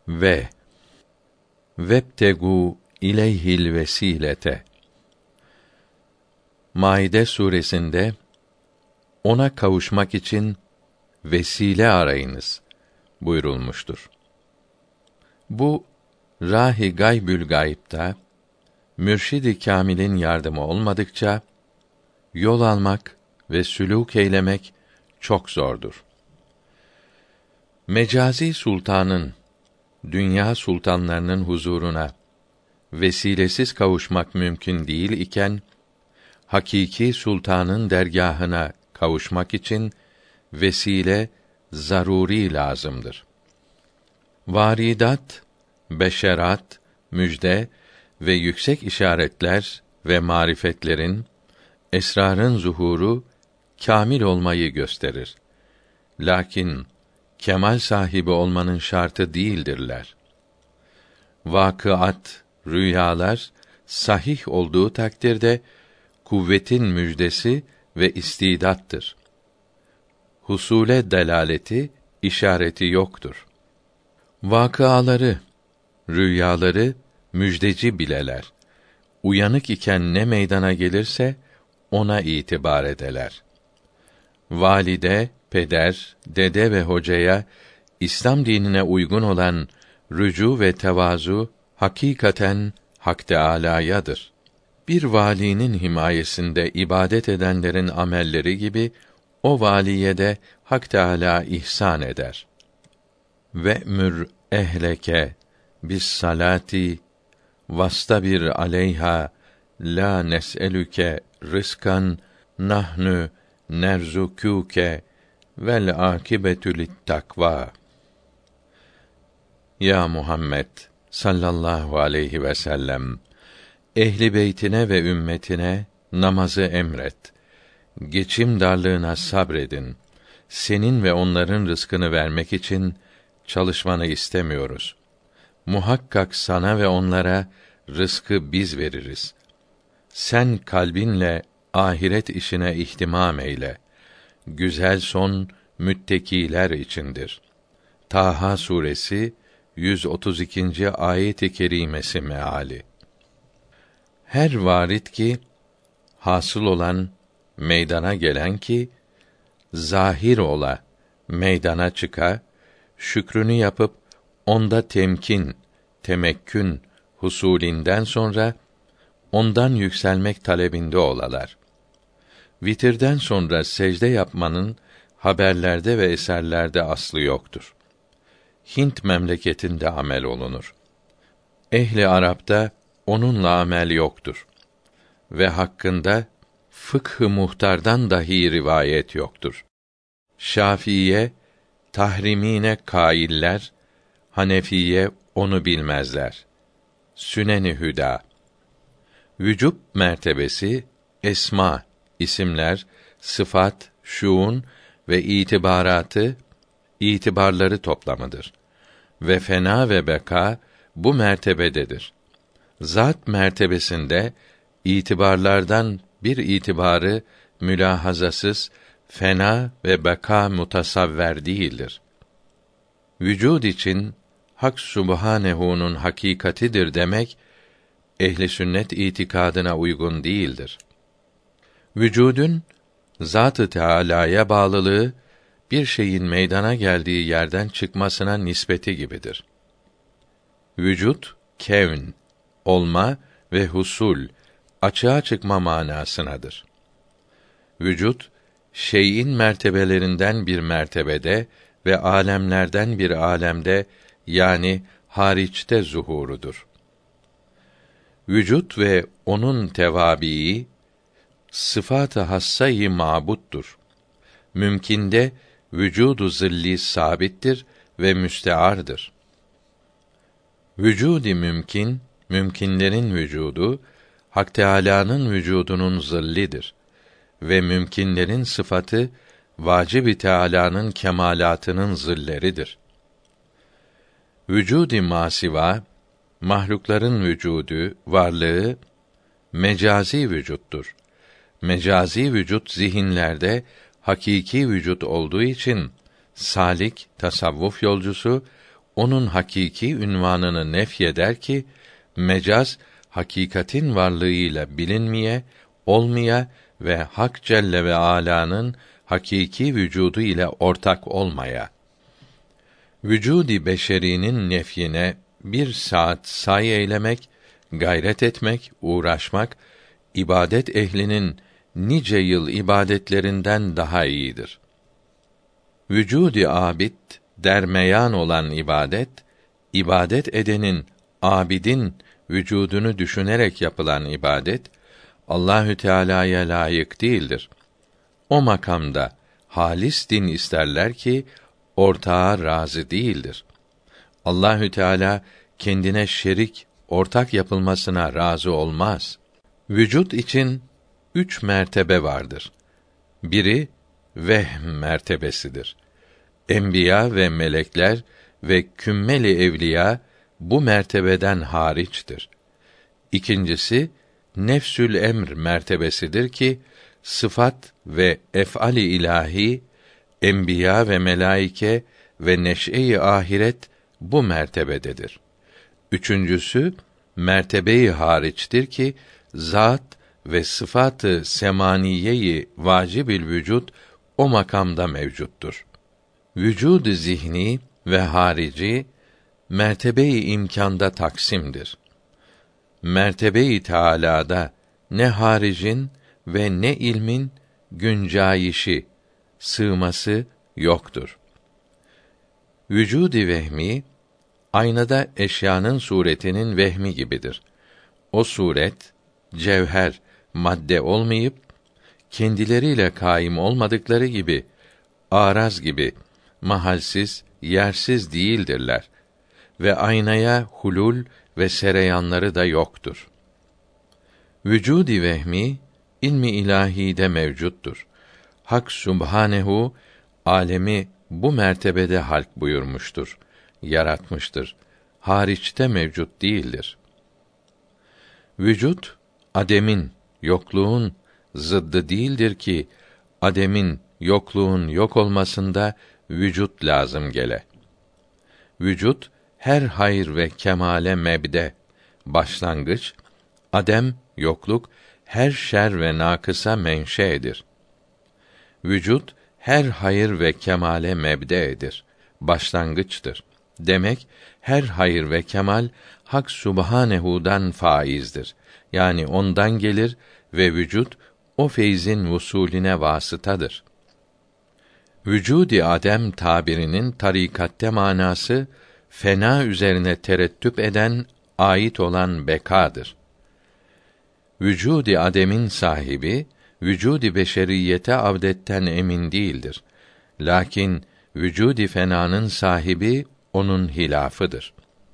ve vebtegu ileyhil vesilete. Maide suresinde ona kavuşmak için vesile arayınız buyurulmuştur. Bu Râh-ı Gaybül Gâyb'da Mürşid-i Kâmil'in yardımı olmadıkça yol almak ve sülûk eylemek çok zordur. Mecazi sultanın dünya sultanlarının huzuruna vesilesiz kavuşmak mümkün değil iken, hakiki sultanın dergâhına kavuşmak için vesile zaruri lazımdır. Varidat, beşerat, müjde ve yüksek işaretler ve marifetlerin, esrarın zuhuru kâmil olmayı gösterir. Lakin kemal sahibi olmanın şartı değildirler. Vakıat, rüyalar sahih olduğu takdirde kuvvetin müjdesi ve istidattır. Husule delaleti, işareti yoktur. Vakıaları, rüyaları müjdeci bileler. Uyanık iken ne meydana gelirse ona itibar edeler. Valide, peder, dede ve hocaya İslam dinine uygun olan rücu ve tevazu hakikaten Hak Teâlâ'yadır. Bir valinin himayesinde ibadet edenlerin amelleri gibi o valiye de Hak Teâlâ ihsan eder. Ve'mür ehleke bis salati vastabir aleyha la nes'elüke rızkan nahnu nerzukuke vel akibetü littakva. Ya Muhammed sallallahu aleyhi ve sellem, ehli beytine ve ümmetine namazı emret. Geçim darlığına sabredin. Senin ve onların rızkını vermek için çalışmanı istemiyoruz. Muhakkak sana ve onlara rızkı biz veririz. Sen kalbinle ahiret işine ihtimam eyle. Güzel son müttekiler içindir. Taha suresi 132. ayet-i kerimesi meali. Her varit ki hasıl olan, meydana gelen ki zahir ola, meydana çıka, şükrünü yapıp onda temkin, temekkün husulinden sonra ondan yükselmek talebinde olalar. Vitirden sonra secde yapmanın haberlerde ve eserlerde aslı yoktur. Hint memleketinde amel olunur. Ehli Arap'ta onunla amel yoktur ve hakkında fıkh-ı muhtardan dahi rivayet yoktur. Şafiiye tahrimine kailler, Hanefiye onu bilmezler. Sünen-i Hüda. Vücub mertebesi esma, isimler, sıfat, şuun ve itibarları toplamıdır. Ve fena ve beka bu mertebededir. Zat mertebesinde itibarlardan bir itibarı mülahazasız fena ve beka mutasavver değildir. Vücud için Hak Subhanehu'nun hakikatidir demek ehli sünnet itikadına uygun değildir. Vücudun Zat-ı Teâlâ'ya bağlılığı bir şeyin meydana geldiği yerden çıkmasına nispeti gibidir. Vücut kevn, olma ve husul, açığa çıkma manasınadır. Vücut şeyin mertebelerinden bir mertebede ve âlemlerden bir âlemde, yani hariçte zuhurudur. Vücut ve onun tevabii sıfat-ı hassa-i mabuttur. Mümkinde vücudu zilli sabittir ve müsteardır. Vücudi mümkün, mümkünlerin vücudu Hak Teâlâ'nın vücudunun zillidir ve mümkünlerin sıfatı vacib-i Teâlâ'nın kemalatının zilleridir. Vücudi masiva, mahlukların vücudu, varlığı mecazi vücuttur. Mecazi vücut zihinlerde hakiki vücut olduğu için salik, tasavvuf yolcusu onun hakiki ünvanını nefyeder ki mecaz hakikatin varlığıyla bilinmeye, olmaya ve Hak Celle ve Alâ'nın hakiki vücudu ile ortak olmaya. Vücudi beşerinin nefyine bir saat say eylemek, gayret etmek, uğraşmak, ibadet ehlinin nice yıl ibadetlerinden daha iyidir. Vücudi abid, dermeyan olan ibadet, ibadet edenin, abidin vücudunu düşünerek yapılan ibadet, Allahü Teala'ya layık değildir. O makamda halis din isterler ki ortağa razı değildir. Allahü Teala kendine şerik, ortak yapılmasına razı olmaz. Vücut için 3 mertebe vardır. Biri vehm mertebesidir. Enbiya ve melekler ve kümmeli evliya bu mertebeden hariçtir. İkincisi nefsül emr mertebesidir ki sıfat ve ef'ali ilahi, enbiya ve melaike ve neş'e-i ahiret bu mertebededir. Üçüncüsü mertebe-i hariçtir ki zat ve sıfat-ı semaniye-i vacibül vücut o makamda mevcuttur. Vücud-ı zihni ve harici mertebe-i imkanda taksimdir. Mertebe-i Teâlâ'da ne haricin ve ne ilmin güncayişi, sığması yoktur. Vücud-i vehmi aynada eşyanın suretinin vehmi gibidir. O suret cevher, madde olmayıp kendileriyle kaim olmadıkları gibi araz gibi mahalsiz, yersiz değildirler ve aynaya hulul ve sereyanları da yoktur. Vücud-i vehmi ilmi ilahide mevcuttur. Hak Sübhanehu alemi bu mertebede halk buyurmuştur, yaratmıştır. Hariçte mevcut değildir. Vücut ademin, yokluğun zıddı değildir ki ademin, yokluğun yok olmasında vücut lazım gele. Vücut her hayır ve kemale mebde, başlangıç, adem, yokluk her şer ve nakısa menşedir. Vücut her hayır ve kemale mebde'dir, başlangıçtır. Demek her hayır ve kemal Hak Sübhanehu'dan faizdir. Yani ondan gelir ve vücut o feyzin vusulüne vasıtadır. Vücudi adem tabirinin tarikatte manası fena üzerine terettüp eden, ait olan bekadır. Vücudi ademin sahibi vücudi beşeriyete avdetten emin değildir. Lakin vücudi fenanın sahibi onun hilafıdır.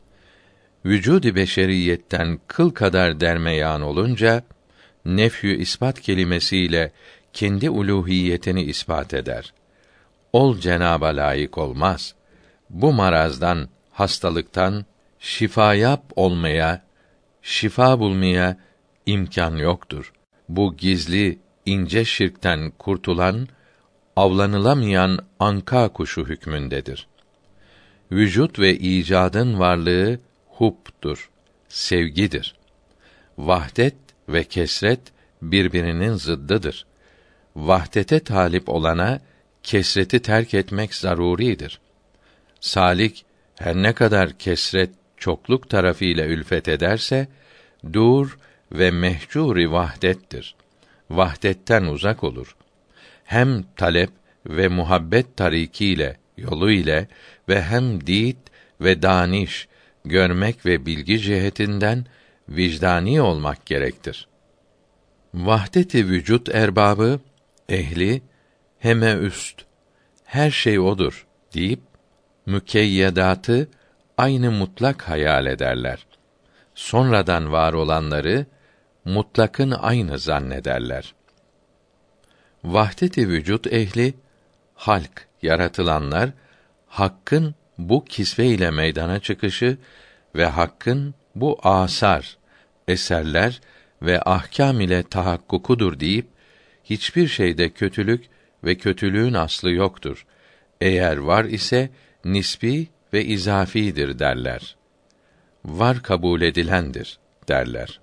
Vücudi beşeriyetten kıl kadar dermeyan olunca nefyü ispat kelimesiyle kendi uluhiyetini ispat eder. Ol Cenab'a layık olmaz. Bu marazdan, hastalıktan şifa yap olmaya, şifa bulmaya imkan yoktur. Bu gizli, ince şirkten kurtulan, avlanılamayan anka kuşu hükmündedir. Vücut ve icadın varlığı hub'dur, sevgidir. Vahdet ve kesret birbirinin zıddıdır. Vahdete talip olana kesreti terk etmek zaruridir. Salik her ne kadar kesret çokluk tarafıyla ülfet ederse dur ve mehcûr-i vahdettir. Vahdetten uzak olur. Hem talep ve muhabbet tarikiyle, yolu ile ve hem dît ve daniş, görmek ve bilgi cihetinden vicdani olmak gerektir. Vahdet-i vücut erbabı, ehli, heme üst, her şey odur deyip, mükeyyedatı aynı mutlak hayal ederler. Sonradan var olanları, mutlakın aynı zannederler. Vahdet-i vücut ehli, halk, yaratılanlar, hakkın bu kisve ile meydana çıkışı ve hakkın bu asar, eserler ve ahkâm ile tahakkukudur deyip, hiçbir şeyde kötülük ve kötülüğün aslı yoktur. Eğer var ise nisbi ve izafidir derler. Var kabul edilendir derler.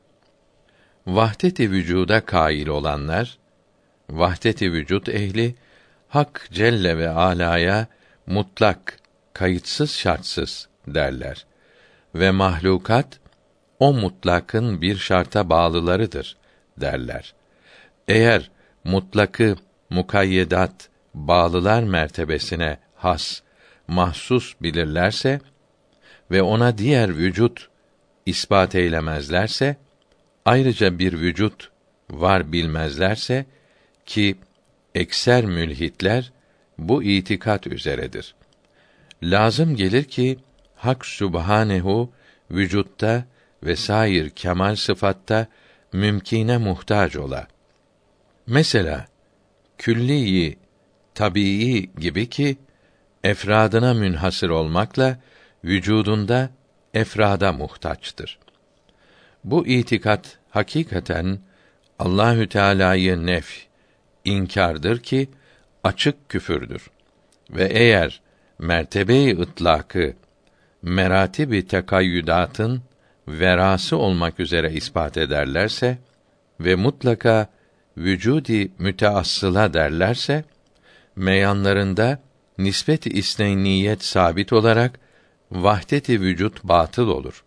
Vahdet-i vücuda kail olanlar, vahdet-i vücut ehli, Hak Celle ve Alâ'ya mutlak, kayıtsız şartsız derler. Ve mahlukat, o mutlakın bir şarta bağlılarıdır derler. Eğer mutlakı mukayyedat, bağlılar mertebesine has, mahsus bilirlerse ve ona diğer vücut ispat eylemezlerse, ayrıca bir vücut var bilmezlerse ki ekser mülhitler bu itikat üzeredir. Lazım gelir ki Hak Sübhanehu vücutta ve sair kemal sıfatta mümkine muhtaç ola. Mesela külli tabii gibi ki efradına münhasır olmakla vücudunda efrada muhtaçtır. Bu itikat hakikaten Allahü Teala'yı inkârdır ki açık küfürdür. Ve eğer mertebe-i ıtlakı meratibi tekayyüdatın verası olmak üzere ispat ederlerse ve mutlaka vücudi müteassıla derlerse, meyanlarında nispet-i isneyniyet sabit olarak vahdet-i vücut batıl olur.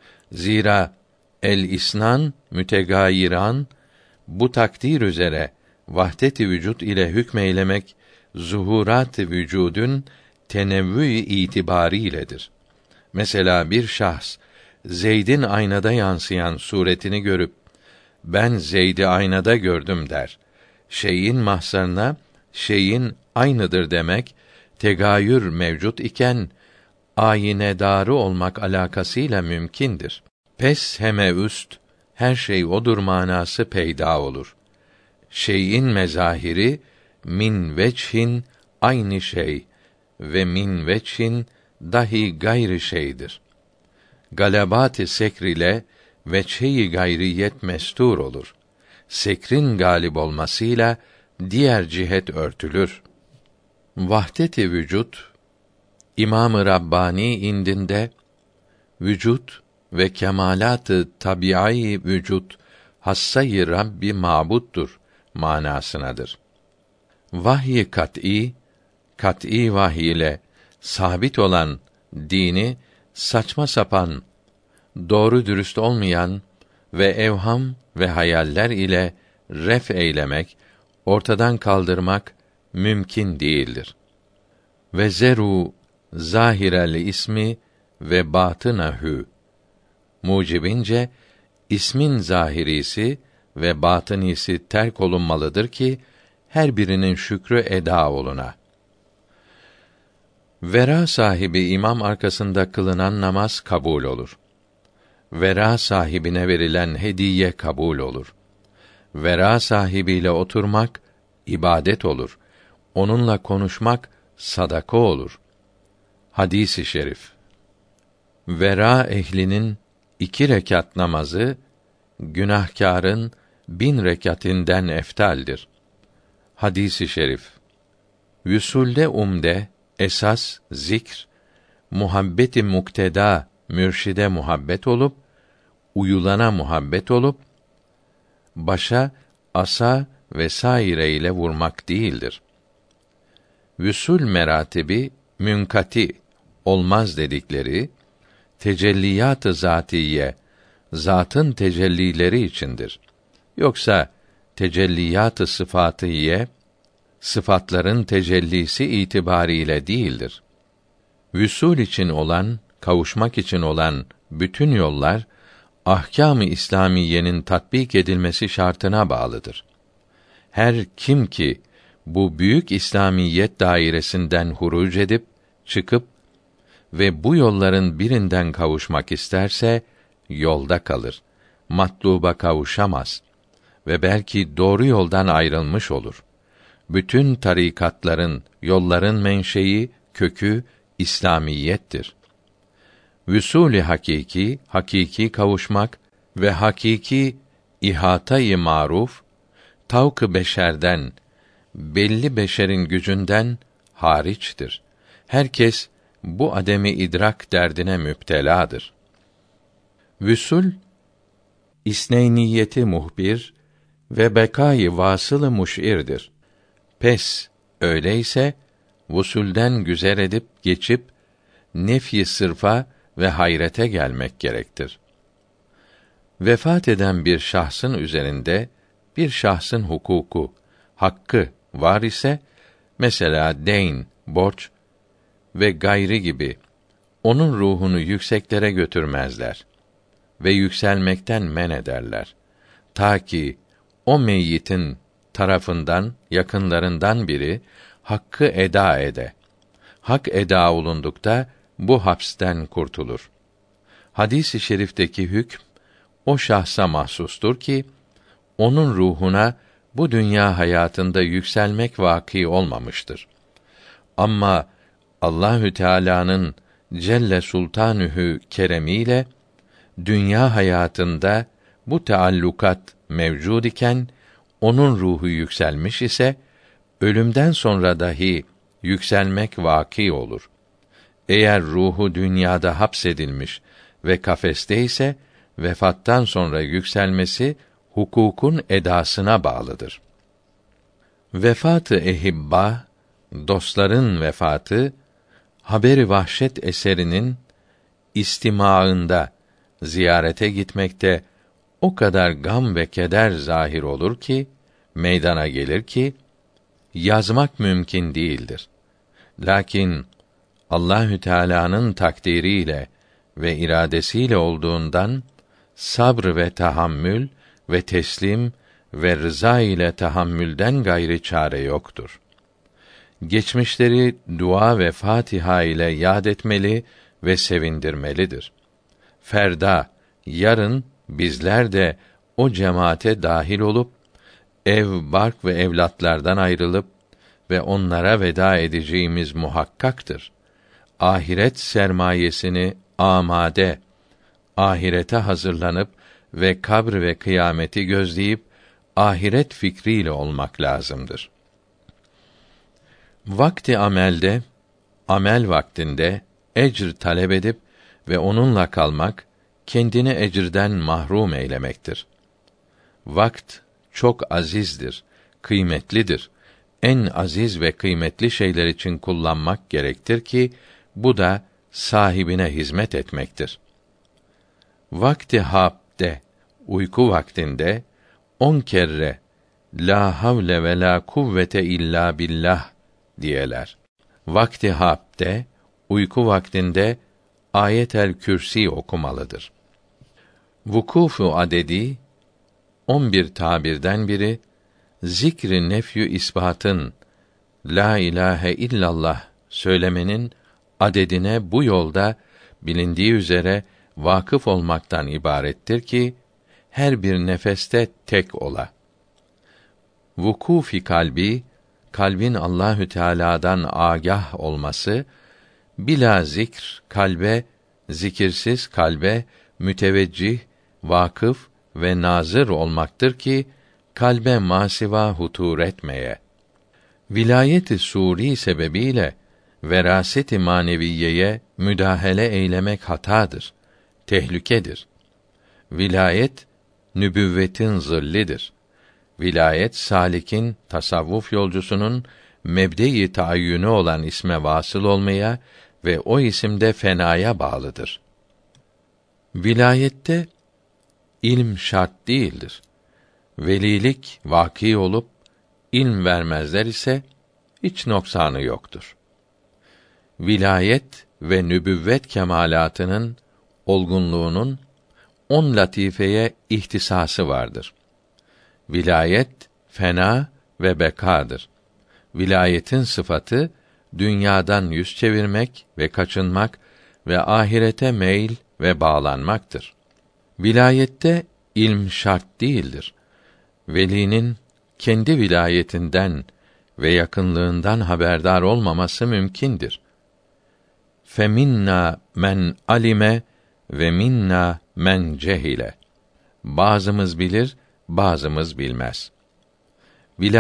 Zira el-isnan mütegayiran, bu takdir üzere vahdet-i vücut ile hükmeylemek zuhurat-ı vücudun tenevvü-i itibariyledir. Mesela bir şahs Zeyd'in aynada yansıyan suretini görüp ben Zeyd'i aynada gördüm der. Şeyin mahzarına şeyin aynıdır demek tegayür mevcut iken âyinedarı olmak alakasıyla mümkündür. Pes heme üst her şey odur manası peyda olur. Şeyin mezahiri min veçhin aynı şey ve min veçhin dahi gayrı şeydir. Galabat-ı sekr ile veçhe-i gayriyet mestur olur. Sekrin galip olmasıyla diğer cihet örtülür. Vahdet-i vücut İmam-ı Rabbani indinde vücut ve kemalat-ı tabiî vücut hassayı Rabbi mabuttur manasınadır. Vahiy kat'î vahiy ile sabit olan dini saçma sapan, doğru dürüst olmayan ve evham ve hayaller ile ref eylemek, ortadan kaldırmak mümkün değildir. Ve zeru zahirel ismi ve batınahü mucibince ismin zahirisi ve batınisi terk olunmalıdır ki her birinin şükrü eda oluna. Vera sahibi imam arkasında kılınan namaz kabul olur. Vera sahibine verilen hediye kabul olur. Vera sahibiyle oturmak ibadet olur. Onunla konuşmak sadaka olur. Hadis-i şerif. Vera ehlinin 2 rekat namazı günahkârın 1000 rekatinden eftaldir. Hadis-i şerif. Vüsulde umde esas zikr, muhabbeti mukteda mürşide muhabbet olup, uyulana muhabbet olup, başa asa ve saire ile vurmak değildir. Vüsul meratibi münkati olmaz dedikleri tecelliyat-ı zatiye zatın tecellileri içindir. Yoksa tecelliyat-ı sıfatiye sıfatların tecellisi itibariyle değildir. Vüsul için olan, kavuşmak için olan bütün yollar ahkâm-ı İslamiyenin tatbik edilmesi şartına bağlıdır. Her kim ki bu büyük İslamiyet dairesinden huruc edip çıkıp ve bu yolların birinden kavuşmak isterse yolda kalır. Matluba kavuşamaz ve belki doğru yoldan ayrılmış olur. Bütün tarikatların, yolların menşei, kökü İslamiyettir. Vüsûl-i hakiki kavuşmak ve hakiki ihata-i maruf, tavk-ı beşerden, belli beşerin gücünden hariçtir. Herkes bu ademi idrak derdine müpteladır. Vüsul, isneyniyeti muhbir ve bekâyı vasılı muş'irdir. Pes, öyleyse, vusulden güzer edip geçip, nefy-i sırfa ve hayrete gelmek gerektir. Vefat eden bir şahsın üzerinde, bir şahsın hukuku, hakkı var ise, mesela deyn, borç ve gayri gibi, onun ruhunu yükseklere götürmezler ve yükselmekten men ederler. Ta ki, o meyyitin tarafından, yakınlarından biri, hakkı eda ede. Hak eda olundukta, bu hapsten kurtulur. Hadis-i şerifteki hükm, o şahsa mahsustur ki, onun ruhuna, bu dünya hayatında yükselmek vâkî olmamıştır. Ama Allahü Teâlâ'nın Celle Sultanühü keremiyle, dünya hayatında bu teallukat mevcud iken, onun ruhu yükselmiş ise, ölümden sonra dahi yükselmek vâkî olur. Eğer ruhu dünyada hapsedilmiş ve kafeste ise, vefattan sonra yükselmesi, hukukun edasına bağlıdır. Vefat-ı ehibba, dostların vefatı, Haber-i Vahşet eserinin istimağında, ziyarete gitmekte o kadar gam ve keder zahir olur ki, meydana gelir ki, yazmak mümkün değildir. Lakin Allahü Teâlâ'nın takdiriyle ve iradesiyle olduğundan, sabr ve tahammül ve teslim ve rıza ile tahammülden gayri çare yoktur. Geçmişleri dua ve Fatiha ile yad etmeli ve sevindirmelidir. Ferda, yarın bizler de o cemaate dahil olup, ev, bark ve evlatlardan ayrılıp ve onlara veda edeceğimiz muhakkaktır. Ahiret sermayesini amade, ahirete hazırlanıp ve kabr ve kıyameti gözleyip, ahiret fikriyle olmak lazımdır. Vakti amelde, amel vaktinde ecr talep edip ve onunla kalmak, kendini ecirden mahrum eylemektir. Vakt çok azizdir, kıymetlidir. En aziz ve kıymetli şeyler için kullanmak gerektir ki, bu da sahibine hizmet etmektir. Vakti habde, uyku vaktinde 10 kere la havle ve la kuvvete illa billah diyeler. Vakti habde, uyku vaktinde Ayet-el Kürsi okumalıdır. Vukufu adedi 11 tabirden biri, zikri nefyü ispatın, la ilahe illallah söylemenin adedine bu yolda bilindiği üzere vakıf olmaktan ibarettir ki, her bir nefeste tek ola. Vukufi kalbi, kalbin Allahü Teala'dan agah olması, bila zikr kalbe, zikirsiz kalbe müteveccih, vakıf ve nazır olmaktır ki, kalbe masiva hutur etmeye. Vilayet-i suri sebebiyle veraset-i maneviyeye müdahale eylemek hatadır, tehlikedir. Vilayet nübüvvetin zillidir. Vilayet salikin, tasavvuf yolcusunun mebde-i taayyünü olan isme vasıl olmaya ve o isimde fenaya bağlıdır. Vilayette ilm şart değildir. Velilik vaki olup ilm vermezler ise hiç noksanı yoktur. Vilayet ve nübüvvet kemalatının olgunluğunun 10 latifeye ihtisası vardır. Vilayet fena ve bekadır. Vilayetin sıfatı dünyadan yüz çevirmek ve kaçınmak ve ahirete meyl ve bağlanmaktır. Vilayette ilm şart değildir. Velinin kendi vilayetinden ve yakınlığından haberdar olmaması mümkündür. Feminna men alime ve minna men cehile. Bazımız bilir, bazımız bilmez.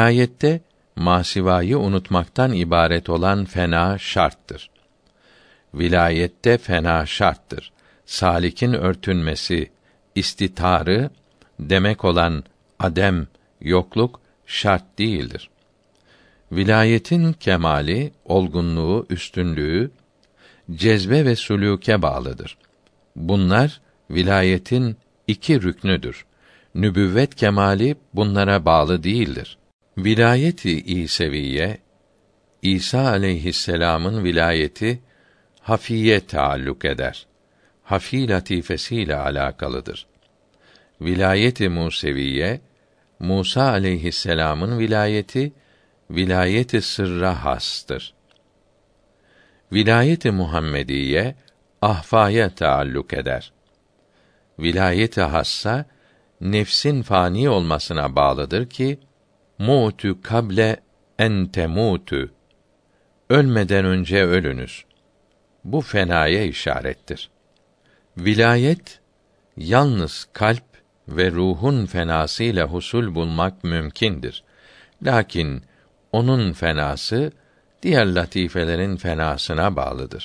Vilayette masivayı unutmaktan ibaret olan fena şarttır. vilayette fena şarttır. Salikin örtünmesi, istitarı demek olan adem, yokluk şart değildir. Vilayetin kemali, olgunluğu, üstünlüğü cezbe ve sülûke bağlıdır. Bunlar vilayetin iki rüknüdür. Nübüvvet kemali bunlara bağlı değildir. Vilayeti İseviye, İsa aleyhisselam'ın vilayeti hafiye taalluk eder. Hafi latifesiyle alakalıdır. Vilayeti Museviye, Musa aleyhisselam'ın vilayeti vilayeti sırra hastır. Vilayeti Muhammediye ahfaya taalluk eder. Vilayeti hassa nefsin fani olmasına bağlıdır ki mutu kable en temutu, ölmeden önce ölünüz. Bu fenaya işarettir. Vilayet yalnız kalp ve ruhun fenasıyla husul bulmak mümkündür. Lakin onun fenası diğer latifelerin fenasına bağlıdır.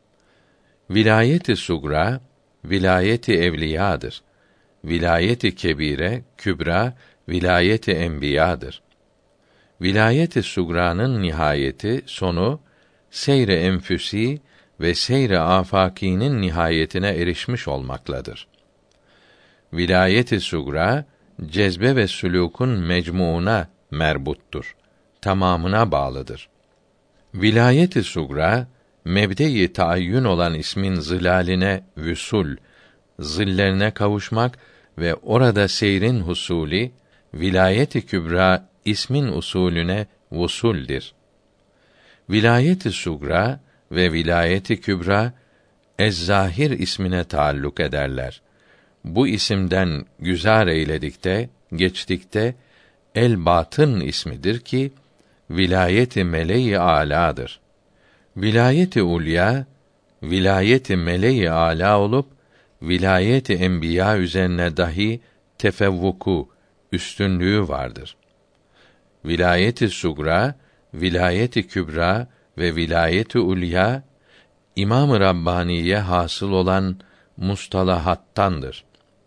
Vilayeti sugra vilayeti evliyadır. Vilayeti kebire, kübra vilayeti enbiyadır. Vilayeti sugra'nın nihayeti, sonu seyr-i enfüsî ve seyr-i afakînin nihayetine erişmiş olmakladır. Vilayeti sugra cezbe ve sülûkun mecmuuna merbuttur. Tamamına bağlıdır. Vilayeti sugra mebde-i taayyün olan ismin zılaline vüsul, zillerine kavuşmak ve orada seyrin husuli, vilayeti kübra ismin usulüne vusuldir. Vilayeti sugra ve vilayeti kübra ez-zahir ismine taalluk ederler. Bu isimden güzar eyledikte, geçtikte el-batın ismidir ki vilayeti meleği âlâdır. Vilayeti ulya vilayeti meleği âlâ olup vilayeti enbiya üzerine dahi tefevvuku, üstünlüğü vardır. Vilayeti sugra, vilayeti kübra ve vilayeti ulya İmam-ı Rabbani'ye hasıl olan mustalahattandır.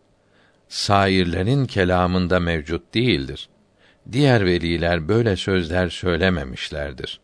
Sairlerin kelamında mevcut değildir. Diğer veliler böyle sözler söylememişlerdir.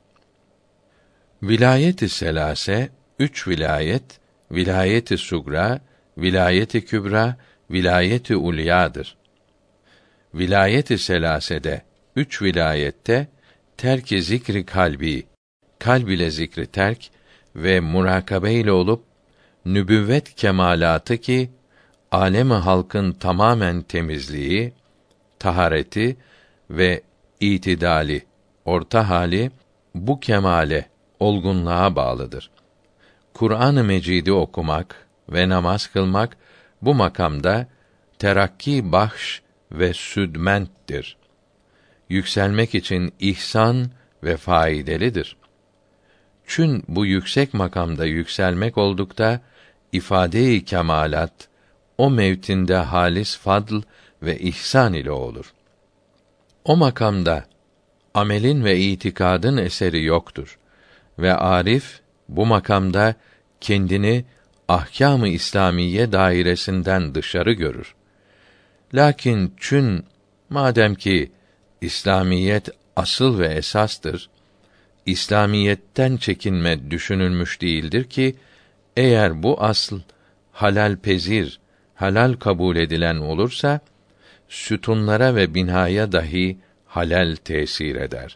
Vilayeti selase, üç vilayet, vilayeti sugra, vilayeti kübra, vilayeti ulyadır. Vilayeti selasede, üç vilayette terk-i zikri kalbi, kalb ile zikri terk ve murakabe ile olup nübüvvet kemalatı ki alemi halkın tamamen temizliği, tahareti ve itidali, orta hali bu kemale, olgunluğa bağlıdır. Kur'an-ı Mecid'i okumak ve namaz kılmak bu makamda terakki bahş ve südmenttir. Yükselmek için ihsan ve faydalıdır. Çün bu yüksek makamda yükselmek oldukta ifade-i kemalat o mevtinde halis fadl ve ihsan ile olur. O makamda amelin ve itikadın eseri yoktur ve arif bu makamda kendini ahkâm-ı İslamiye dairesinden dışarı görür. Lakin çün madem ki İslamiyet asıl ve esastır, İslamiyetten çekinme düşünülmüş değildir ki eğer bu asıl halal pezir, halal kabul edilen olursa sütunlara ve binaya dahi halal tesir eder.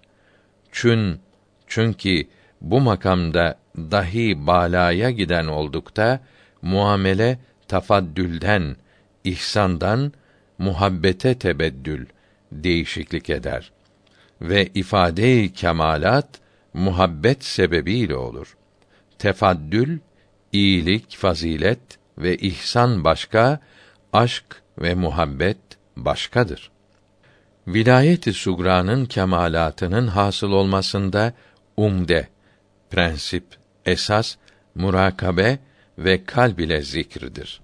Çünkü bu makamda dahi balaya giden oldukta muamele tafaddülden, ihsandan muhabbete tebeddül değişiklik eder ve ifade-i kemalat muhabbet sebebiyle olur. Tefaddül iyilik, fazilet ve ihsan başka, aşk ve muhabbet başkadır. Vilayeti sugra'nın kemalatının hasıl olmasında umde, prensip, esas, murakabe ve kalb ile zikirdir.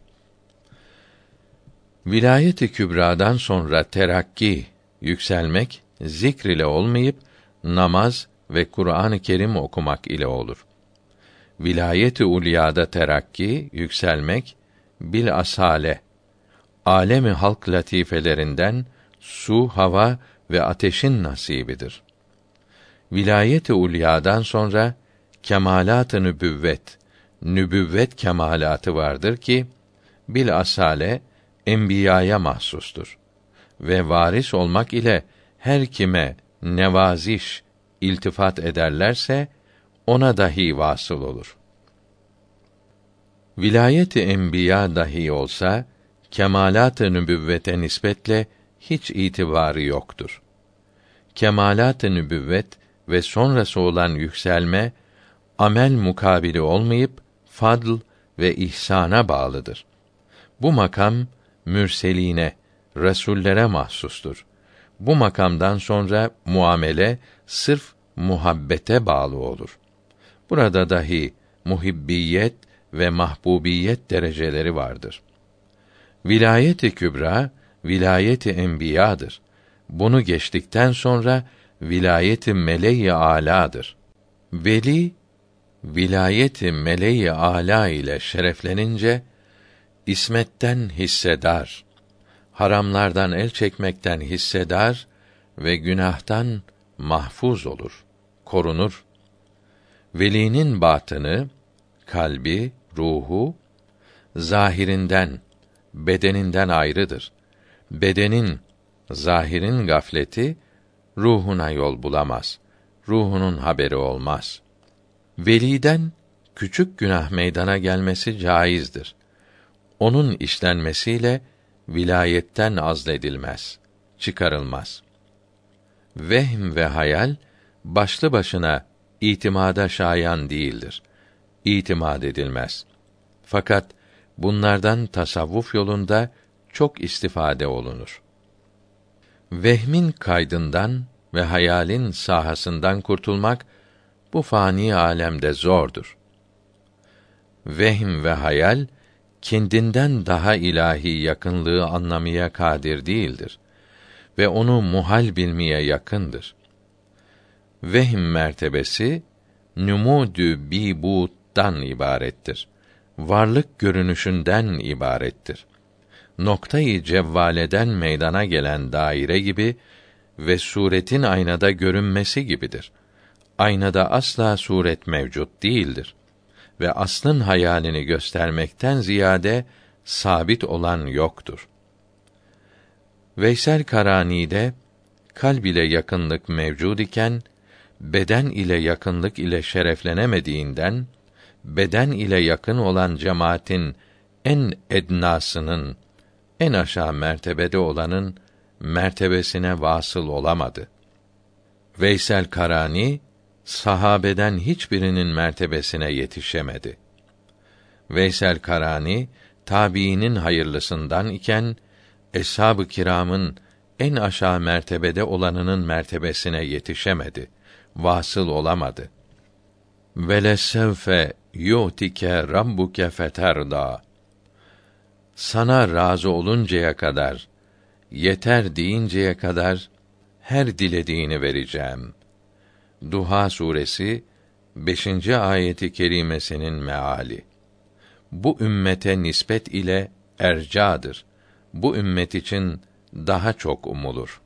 Vilayeti kübra'dan sonra terakki, yükselmek, zikr ile olmayıp namaz ve Kur'an-ı Kerim okumak ile olur. vilayet-i ulyada terakki, yükselmek, bil asale, alemi halk latifelerinden su, hava ve ateşin nasibidir. Vilayet-i ulyadan sonra kemalat-ı nübüvvet, nübüvvet kemalatı vardır ki bil asale enbiyaya mahsustur ve varis olmak ile her kime nevaziş iltifat ederlerse ona dahi vasıl olur. Vilayet-i enbiya dahi olsa kemalat-ı nübüvvete nispetle hiç itibarı yoktur. Kemalat-ı nübüvvet ve sonrası olan yükselme amel mukabili olmayıp fadl ve ihsana bağlıdır. Bu makam mürseline, resullere mahsustur. Bu makamdan sonra muamele sırf muhabbete bağlı olur. Burada dahi muhibbiyet ve mahbubiyet dereceleri vardır. Vilayet-i kübra, vilayet-i enbiyadır. Bunu geçtikten sonra vilayet-i meleği âlâdır. Veli, vilayet-i meleği âlâ ile şereflenince, ismetten hissedar, haramlardan el çekmekten hissedar ve günahtan mahfuz olur, korunur. Velinin batını, kalbi, ruhu, zahirinden, bedeninden ayrıdır. Bedenin, zahirin gafleti, ruhuna yol bulamaz. Ruhunun haberi olmaz. Veliden, küçük günah meydana gelmesi caizdir. Onun işlenmesiyle, vilayetten azledilmez, çıkarılmaz. Vehm ve hayal, başlı başına itimada şayan değildir. İtimad edilmez. Fakat bunlardan tasavvuf yolunda çok istifade olunur. Vehmin kaydından ve hayalin sahasından kurtulmak bu fani alemde zordur. Vehm ve hayal kendinden daha ilahi yakınlığı anlamaya kadir değildir ve onu muhal bilmeye yakındır. Vehm mertebesi numûd-ü bîbût'tan ibarettir. Varlık görünüşünden ibarettir. Noktayı cevvaleden meydana gelen daire gibi ve suretin aynada görünmesi gibidir. Aynada asla suret mevcut değildir ve aslın hayalini göstermekten ziyade sabit olan yoktur. Veysel Karani'de kalb ile yakınlık mevcud iken beden ile yakınlık ile şereflenemediğinden beden ile yakın olan cemaatin en ednasının, en aşağı mertebede olanın mertebesine vasıl olamadı. Veysel Karani sahabeden hiçbirinin mertebesine yetişemedi. Veysel Karani tabiinin hayırlısından iken eshab-ı kiramın en aşağı mertebede olanının mertebesine yetişemedi, vasıl olamadı. Velesevfe yu'tike rabbuke feterda. Sana razı oluncaya kadar, yeter deyinceye kadar her dilediğini vereceğim. Duha suresi 5. ayeti kerimesinin meali. Bu ümmete nispet ile ercadır. Bu ümmet için daha çok umulur.